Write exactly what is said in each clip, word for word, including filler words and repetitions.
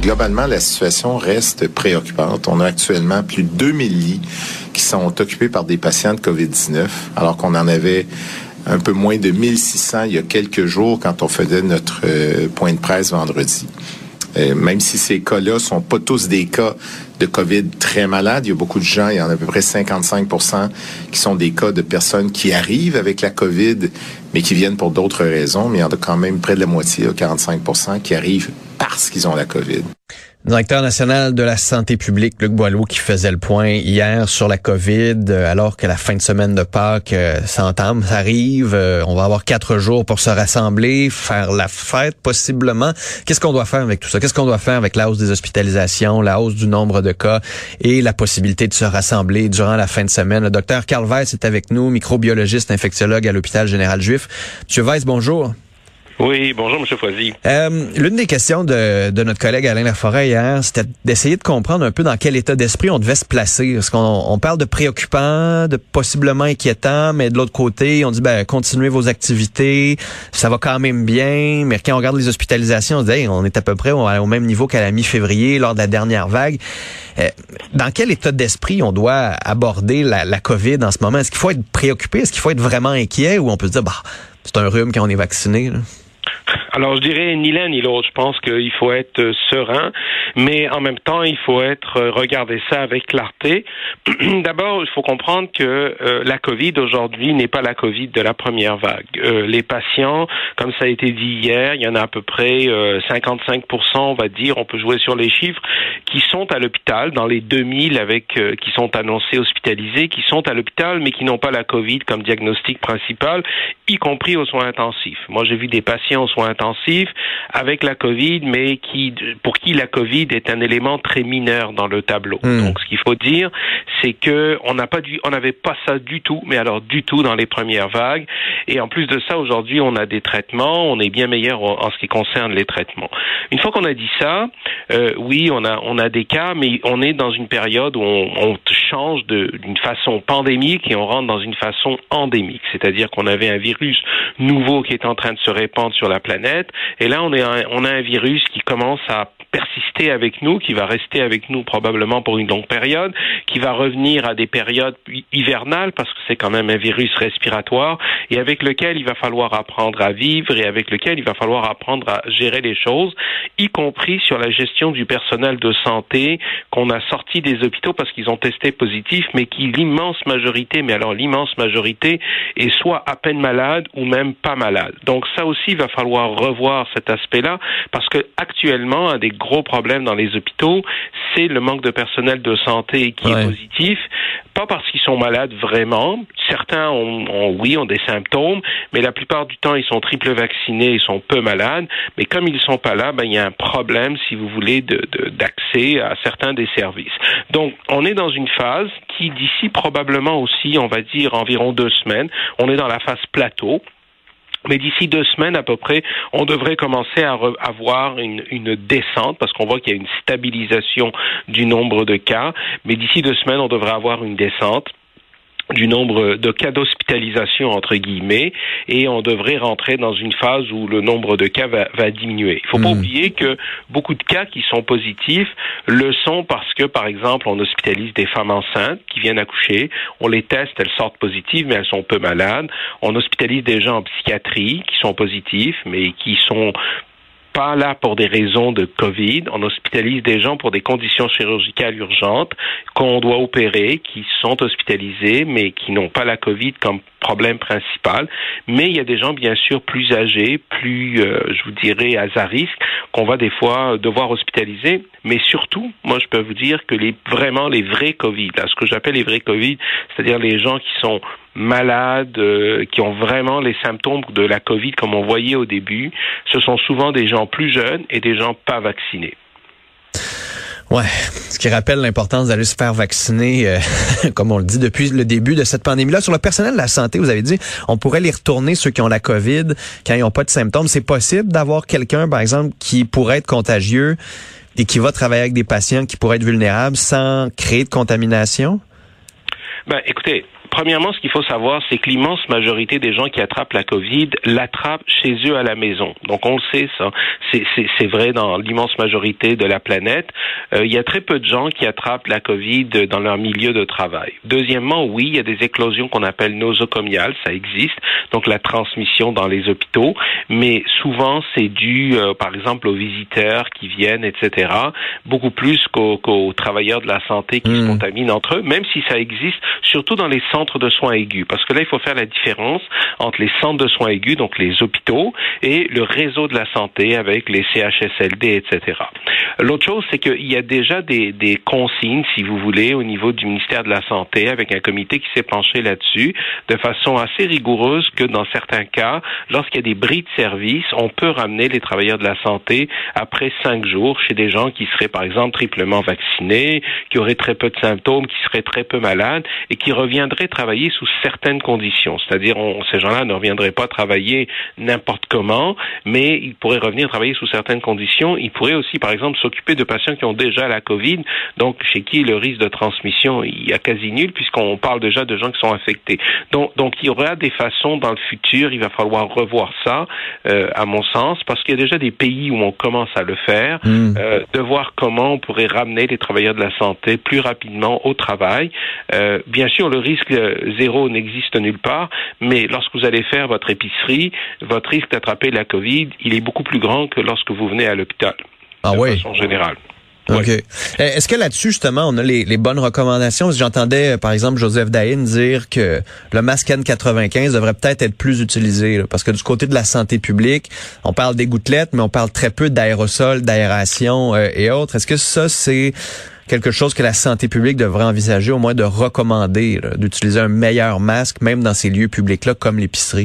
globalement, la situation reste préoccupante. On a actuellement plus de deux mille lits qui sont occupés par des patients de covid dix-neuf, alors qu'on en avait un peu moins de mille six cents il y a quelques jours quand on faisait notre euh, point de presse vendredi. Euh, même si ces cas-là sont pas tous des cas de COVID très malades, il y a beaucoup de gens, il y en a à peu près cinquante-cinq pour cent qui sont des cas de personnes qui arrivent avec la COVID, mais qui viennent pour d'autres raisons, mais il y en a quand même près de la moitié, quarante-cinq pour cent, qui arrivent parce qu'ils ont la COVID. Directeur national de la santé publique, Luc Boileau, qui faisait le point hier sur la COVID, alors que la fin de semaine de Pâques euh, s'entame, ça arrive, euh, on va avoir quatre jours pour se rassembler, faire la fête possiblement. Qu'est-ce qu'on doit faire avec tout ça? Qu'est-ce qu'on doit faire avec la hausse des hospitalisations, la hausse du nombre de cas et la possibilité de se rassembler durant la fin de semaine? Le docteur Carl Weiss est avec nous, microbiologiste, infectiologue à l'hôpital général juif. Monsieur Weiss, bonjour. Oui, bonjour, M. Foisy. Euh, l'une des questions de, de notre collègue Alain Laforêt hier, c'était d'essayer de comprendre un peu dans quel état d'esprit on devait se placer. Parce qu'on on parle de préoccupant, de possiblement inquiétant, mais de l'autre côté, on dit, ben, continuez vos activités, ça va quand même bien. Mais quand on regarde les hospitalisations, on se dit, hey, on est à peu près au, au même niveau qu'à la mi-février, lors de la dernière vague. Euh, dans quel état d'esprit on doit aborder la, la COVID en ce moment? Est-ce qu'il faut être préoccupé? Est-ce qu'il faut être vraiment inquiet? Ou on peut se dire, bah, c'est un rhume quand on est vacciné, là? Alors, je dirais ni l'un ni l'autre. Je pense qu'il faut être serein, mais en même temps, il faut être regarder ça avec clarté. D'abord, il faut comprendre que euh, la COVID aujourd'hui n'est pas la COVID de la première vague. Euh, les patients, comme ça a été dit hier, il y en a à peu près euh, cinquante-cinq pour cent, on va dire, on peut jouer sur les chiffres, qui sont à l'hôpital, dans les deux mille avec euh, qui sont annoncés hospitalisés, qui sont à l'hôpital, mais qui n'ont pas la COVID comme diagnostic principal, y compris aux soins intensifs. Moi, j'ai vu des patients aux soins intensifs avec la COVID, mais qui, pour qui la COVID est un élément très mineur dans le tableau. Mmh. Donc, ce qu'il faut dire, c'est que on n'a pas dû, on n'avait pas ça du tout, mais alors du tout dans les premières vagues. Et en plus de ça, aujourd'hui, on a des traitements, on est bien meilleur en ce qui concerne les traitements. Une fois qu'on a dit ça, euh, oui, on a, on a des cas, mais on est dans une période où on, on change de, d'une façon pandémique et on rentre dans une façon endémique. C'est-à-dire qu'on avait un virus nouveau qui est en train de se répandre sur la planète. Et là, on, est un, on a un virus qui commence à persister avec nous, qui va rester avec nous probablement pour une longue période, qui va revenir à des périodes hivernales, parce que c'est quand même un virus respiratoire, et avec lequel il va falloir apprendre à vivre, et avec lequel il va falloir apprendre à gérer les choses, y compris sur la gestion du personnel de santé qu'on a sorti des hôpitaux parce qu'ils ont testé positif, mais qui l'immense majorité, mais alors l'immense majorité, est soit à peine malade ou même pas malade. Donc ça aussi, il va falloir revoir cet aspect-là, parce que actuellement, un des gros problèmes dans les hôpitaux, c'est le manque de personnel de santé qui ouais. est positif, pas parce qu'ils sont malades vraiment. Certains ont, ont, oui, ont des symptômes, mais la plupart du temps, ils sont triple vaccinés, ils sont peu malades, mais comme ils sont pas là, ben, il y a un problème, si vous voulez, de, de, d'accès à certains des services. Donc, on est dans une phase qui, d'ici probablement aussi, on va dire, environ deux semaines, on est dans la phase plateau. Mais d'ici deux semaines à peu près, on devrait commencer à re- avoir une, une descente, parce qu'on voit qu'il y a une stabilisation du nombre de cas. Mais d'ici deux semaines, on devrait avoir une descente du nombre de cas d'hospitalisation, entre guillemets, et on devrait rentrer dans une phase où le nombre de cas va, va diminuer. Il ne faut mmh. pas oublier que beaucoup de cas qui sont positifs le sont parce que, par exemple, on hospitalise des femmes enceintes qui viennent accoucher, on les teste, elles sortent positives, mais elles sont peu malades. On hospitalise des gens en psychiatrie qui sont positifs, mais qui sont pas là pour des raisons de COVID. On hospitalise des gens pour des conditions chirurgicales urgentes qu'on doit opérer, qui sont hospitalisés, mais qui n'ont pas la COVID comme problème principal. Mais il y a des gens, bien sûr, plus âgés, plus, euh, je vous dirais, à risque, qu'on va des fois devoir hospitaliser. Mais surtout, moi, je peux vous dire que les vraiment les vrais COVID, là, ce que j'appelle les vrais COVID, c'est-à-dire les gens qui sont malades, euh, qui ont vraiment les symptômes de la COVID, comme on voyait au début, ce sont souvent des gens plus jeunes et des gens pas vaccinés. Ouais, ce qui rappelle l'importance d'aller se faire vacciner, euh, comme on le dit depuis le début de cette pandémie-là. Sur le personnel de la santé, vous avez dit, on pourrait les retourner, ceux qui ont la COVID, quand ils n'ont pas de symptômes. C'est possible d'avoir quelqu'un, par exemple, qui pourrait être contagieux et qui va travailler avec des patients qui pourraient être vulnérables sans créer de contamination? Ben, écoutez, premièrement, ce qu'il faut savoir, c'est que l'immense majorité des gens qui attrapent la COVID l'attrapent chez eux à la maison. Donc on le sait, ça. C'est, c'est, c'est vrai dans l'immense majorité de la planète. Euh, il y a très peu de gens qui attrapent la COVID dans leur milieu de travail. Deuxièmement, oui, il y a des éclosions qu'on appelle nosocomiales, ça existe. Donc la transmission dans les hôpitaux. Mais souvent, c'est dû, euh, par exemple, aux visiteurs qui viennent, et cetera. Beaucoup plus qu'aux, qu'aux travailleurs de la santé qui mmh. se contaminent entre eux, même si ça existe, surtout dans les centres de soins aigus. Parce que là, il faut faire la différence entre les centres de soins aigus, donc les hôpitaux, et le réseau de la santé avec les C H S L D, et cetera. L'autre chose, c'est qu'il y a déjà des, des consignes, si vous voulez, au niveau du ministère de la Santé, avec un comité qui s'est penché là-dessus, de façon assez rigoureuse, que dans certains cas, lorsqu'il y a des bris de service, on peut ramener les travailleurs de la santé après cinq jours chez des gens qui seraient, par exemple, triplement vaccinés, qui auraient très peu de symptômes, qui seraient très peu malades, et qui reviendraient travailler sous certaines conditions. C'est-à-dire, on, ces gens-là ne reviendraient pas travailler n'importe comment, mais ils pourraient revenir travailler sous certaines conditions. Ils pourraient aussi, par exemple, s'occuper de patients qui ont déjà la COVID, donc chez qui le risque de transmission il y a quasi nul, puisqu'on parle déjà de gens qui sont infectés. Donc, donc il y aura des façons dans le futur, il va falloir revoir ça, euh, à mon sens, parce qu'il y a déjà des pays où on commence à le faire, mmh. euh, de voir comment on pourrait ramener les travailleurs de la santé plus rapidement au travail. Euh, bien sûr, le risque zéro n'existe nulle part, mais lorsque vous allez faire votre épicerie, votre risque d'attraper la COVID, il est beaucoup plus grand que lorsque vous venez à l'hôpital. Ah de oui. façon générale. OK. Ouais. Est-ce que là-dessus, justement, on a les, les bonnes recommandations? J'entendais, par exemple, Joseph Dahin dire que le masque N quatre-vingt-quinze devrait peut-être être plus utilisé, là, parce que du côté de la santé publique, on parle des gouttelettes, mais on parle très peu d'aérosols, d'aération euh, et autres. Est-ce que ça, c'est quelque chose que la santé publique devrait envisager, au moins de recommander, là, d'utiliser un meilleur masque, même dans ces lieux publics-là, comme l'épicerie?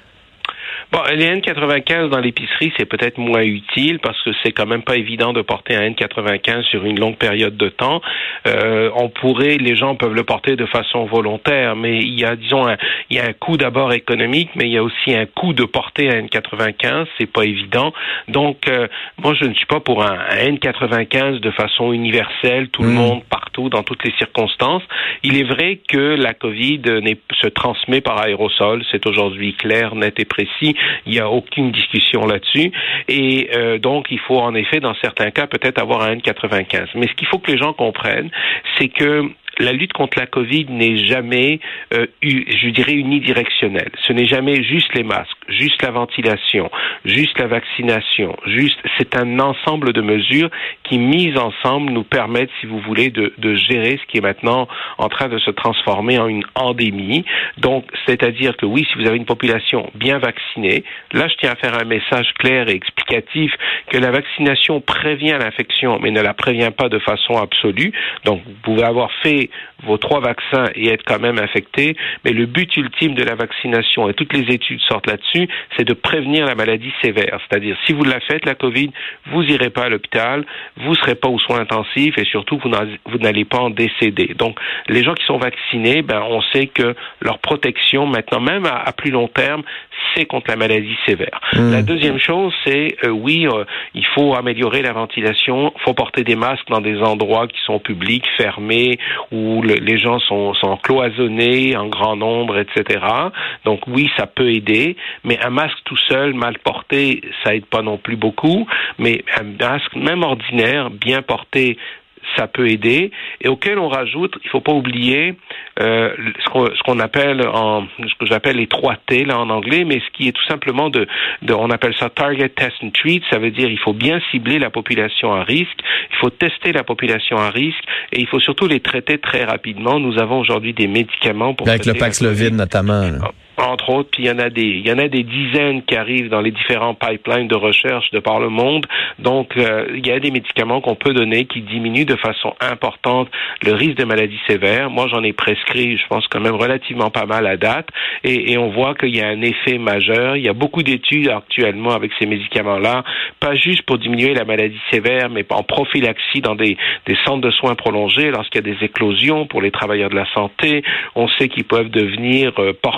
Bon, les N quatre-vingt-quinze dans l'épicerie, c'est peut-être moins utile parce que c'est quand même pas évident de porter un N quatre-vingt-quinze sur une longue période de temps. Euh, on pourrait, les gens peuvent le porter de façon volontaire, mais il y a, disons, un, il y a un coût d'abord économique, mais il y a aussi un coût de porter un N quatre-vingt-quinze, c'est pas évident. Donc, euh, moi, je ne suis pas pour un, un N quatre-vingt-quinze de façon universelle, tout mmh. le monde, partout, dans toutes les circonstances. Il est vrai que la COVID n'est, se transmet par aérosol, c'est aujourd'hui clair, net et précis. Il n'y a aucune discussion là-dessus. Et euh, donc, il faut en effet, dans certains cas, peut-être avoir un N quatre-vingt-quinze. Mais ce qu'il faut que les gens comprennent, c'est que la lutte contre la COVID n'est jamais, euh, je dirais, unidirectionnelle. Ce n'est jamais juste les masques, juste la ventilation, juste la vaccination, juste, c'est un ensemble de mesures qui, mises ensemble, nous permettent, si vous voulez, de, de gérer ce qui est maintenant en train de se transformer en une endémie. Donc, c'est-à-dire que oui, si vous avez une population bien vaccinée, là, je tiens à faire un message clair et explicatif que la vaccination prévient l'infection, mais ne la prévient pas de façon absolue. Donc, vous pouvez avoir fait vos trois vaccins et être quand même infecté, mais le but ultime de la vaccination, et toutes les études sortent là-dessus, c'est de prévenir la maladie sévère. C'est-à-dire, si vous la faites, la COVID, vous irez pas à l'hôpital, vous serez pas aux soins intensifs et surtout, vous, vous n'allez pas en décéder. Donc, les gens qui sont vaccinés, ben, on sait que leur protection, maintenant, même à, à plus long terme, c'est contre la maladie sévère. Mmh. La deuxième chose, c'est, euh, oui, euh, il faut améliorer la ventilation, il faut porter des masques dans des endroits qui sont publics, fermés, où le, les gens sont, sont cloisonnés en grand nombre, et cetera. Donc oui, ça peut aider, mais un masque tout seul, mal porté, ça aide pas non plus beaucoup, mais un masque, même ordinaire, bien porté, ça peut aider, et auquel on rajoute, il faut pas oublier euh, ce, qu'on, ce qu'on appelle en ce que j'appelle les trois T là en anglais, mais ce qui est tout simplement de, de on appelle ça target test and treat, ça veut dire il faut bien cibler la population à risque, il faut tester la population à risque, et il faut surtout les traiter très rapidement. Nous avons aujourd'hui des médicaments pour avec le Paxlovid notamment. Là. Entre autres, puis il y en a des, il y en a des dizaines qui arrivent dans les différents pipelines de recherche de par le monde. Donc, euh, il y a des médicaments qu'on peut donner qui diminuent de façon importante le risque de maladies sévères. Moi, j'en ai prescrit, je pense quand même relativement pas mal à date, et, et on voit qu'il y a un effet majeur. Il y a beaucoup d'études actuellement avec ces médicaments-là, pas juste pour diminuer la maladie sévère, mais en prophylaxie dans des, des centres de soins prolongés lorsqu'il y a des éclosions pour les travailleurs de la santé. On sait qu'ils peuvent devenir euh, porteurs d'une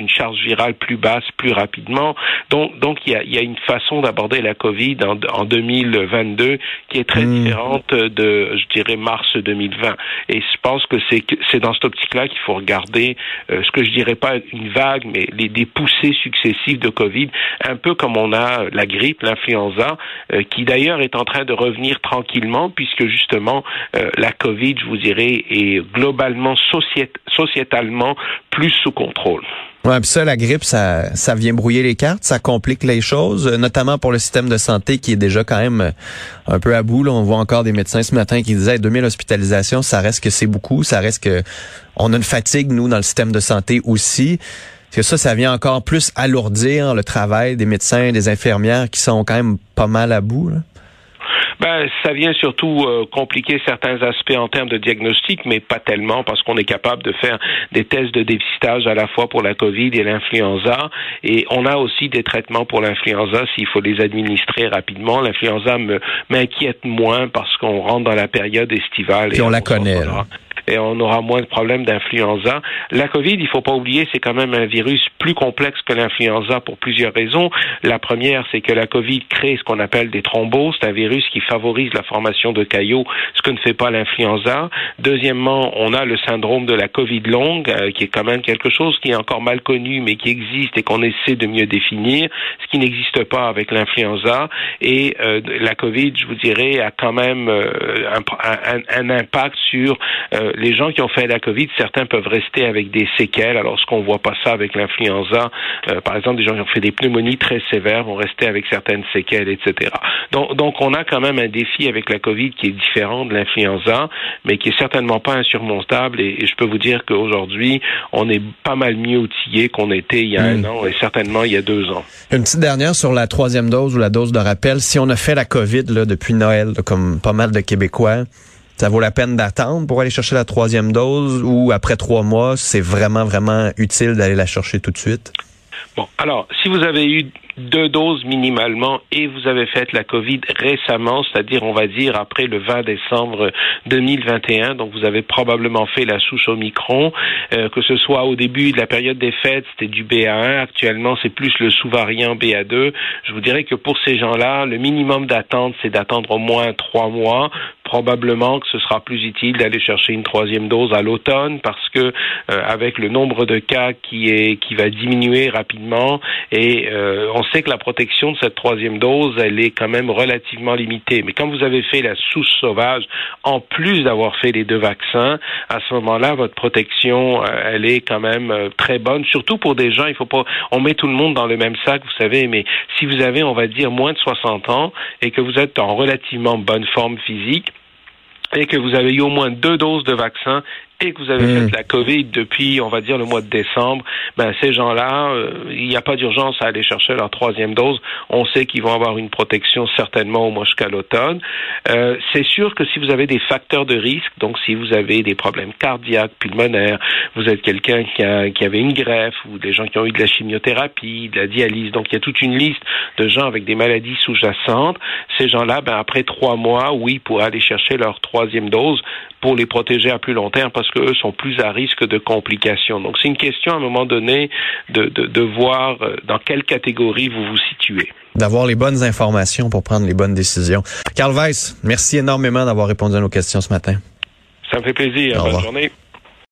une charge virale plus basse plus rapidement. Donc, donc il y a, il y a une façon d'aborder la COVID en, en deux mille vingt-deux qui est très mmh. différente de, je dirais, mars deux mille vingt. Et je pense que c'est, c'est dans cette optique-là qu'il faut regarder euh, ce que je dirais pas une vague, mais les, des poussées successives de COVID, un peu comme on a la grippe, l'influenza, euh, qui d'ailleurs est en train de revenir tranquillement, puisque justement euh, la COVID, je vous dirais, est globalement sociét- sociétalement plus sous contrôle. Ouais, puis ça, la grippe, ça, ça vient brouiller les cartes, ça complique les choses, notamment pour le système de santé qui est déjà quand même un peu à bout. Là, on voit encore des médecins ce matin qui disaient deux mille hospitalisations, ça reste que c'est beaucoup, ça reste que on a une fatigue nous dans le système de santé aussi. Parce que ça, ça vient encore plus alourdir le travail des médecins, des infirmières qui sont quand même pas mal à bout, là. Ben, ça vient surtout euh, compliquer certains aspects en termes de diagnostic, mais pas tellement, parce qu'on est capable de faire des tests de dépistage à la fois pour la COVID et l'influenza, et on a aussi des traitements pour l'influenza s'il faut les administrer rapidement. L'influenza me, m'inquiète moins parce qu'on rentre dans la période estivale. Puis et on, on la on connaît, là. Et on aura moins de problèmes d'influenza. La COVID, il faut pas oublier, c'est quand même un virus plus complexe que l'influenza pour plusieurs raisons. La première, c'est que la COVID crée ce qu'on appelle des thromboses. C'est un virus qui favorise la formation de caillots, ce que ne fait pas l'influenza. Deuxièmement, on a le syndrome de la COVID longue, euh, qui est quand même quelque chose qui est encore mal connu, mais qui existe et qu'on essaie de mieux définir, ce qui n'existe pas avec l'influenza. Et euh, la COVID, je vous dirais, a quand même euh, un, un, un impact sur euh, les gens qui ont fait la COVID. Certains peuvent rester avec des séquelles, alors qu'on voit pas ça avec l'influenza. Euh, par exemple, des gens qui ont fait des pneumonies très sévères vont rester avec certaines séquelles, et cetera. Donc, donc on a quand même un défi avec la COVID qui est différent de l'influenza, mais qui est certainement pas insurmontable. Et, et je peux vous dire qu'aujourd'hui, on est pas mal mieux outillé qu'on était il y a mmh. un an et certainement il y a deux ans. Une petite dernière sur la troisième dose ou la dose de rappel. Si on a fait la COVID là, depuis Noël, là, comme pas mal de Québécois, ça vaut la peine d'attendre pour aller chercher la troisième dose ou après trois mois, c'est vraiment, vraiment utile d'aller la chercher tout de suite? Bon, alors, si vous avez eu deux doses minimalement et vous avez fait la COVID récemment, c'est-à-dire, on va dire, après le vingt décembre deux mille vingt et un, donc vous avez probablement fait la souche Omicron, euh, que ce soit au début de la période des fêtes, c'était du B A un, actuellement c'est plus le sous-variant B A deux. Je vous dirais que pour ces gens-là, le minimum d'attente, c'est d'attendre au moins trois mois. Probablement que ce sera plus utile d'aller chercher une troisième dose à l'automne parce que euh, avec le nombre de cas qui est qui va diminuer rapidement et euh, on sait que la protection de cette troisième dose, elle est quand même relativement limitée. Mais quand vous avez fait la souche sauvage, en plus d'avoir fait les deux vaccins, à ce moment-là, votre protection, euh, elle est quand même euh, très bonne. Surtout pour des gens, il faut pas, on met tout le monde dans le même sac, vous savez. Mais si vous avez, on va dire, moins de soixante ans et que vous êtes en relativement bonne forme physique, et que vous avez eu au moins deux doses de vaccin et que vous avez mmh. fait la COVID depuis, on va dire, le mois de décembre, ben ces gens-là, euh, il n'y a pas d'urgence à aller chercher leur troisième dose. On sait qu'ils vont avoir une protection certainement au moins jusqu'à l'automne. Euh, c'est sûr que si vous avez des facteurs de risque, donc si vous avez des problèmes cardiaques, pulmonaires, vous êtes quelqu'un qui, a, qui avait une greffe ou des gens qui ont eu de la chimiothérapie, de la dialyse, donc il y a toute une liste de gens avec des maladies sous-jacentes. Ces gens-là, ben après trois mois, oui, pourraient aller chercher leur troisième dose pour les protéger à plus long terme parce qu'eux sont plus à risque de complications. Donc, c'est une question à un moment donné de, de, de voir dans quelle catégorie vous vous situez. D'avoir les bonnes informations pour prendre les bonnes décisions. Carl Weiss, merci énormément d'avoir répondu à nos questions ce matin. Ça me fait plaisir. Bonne journée.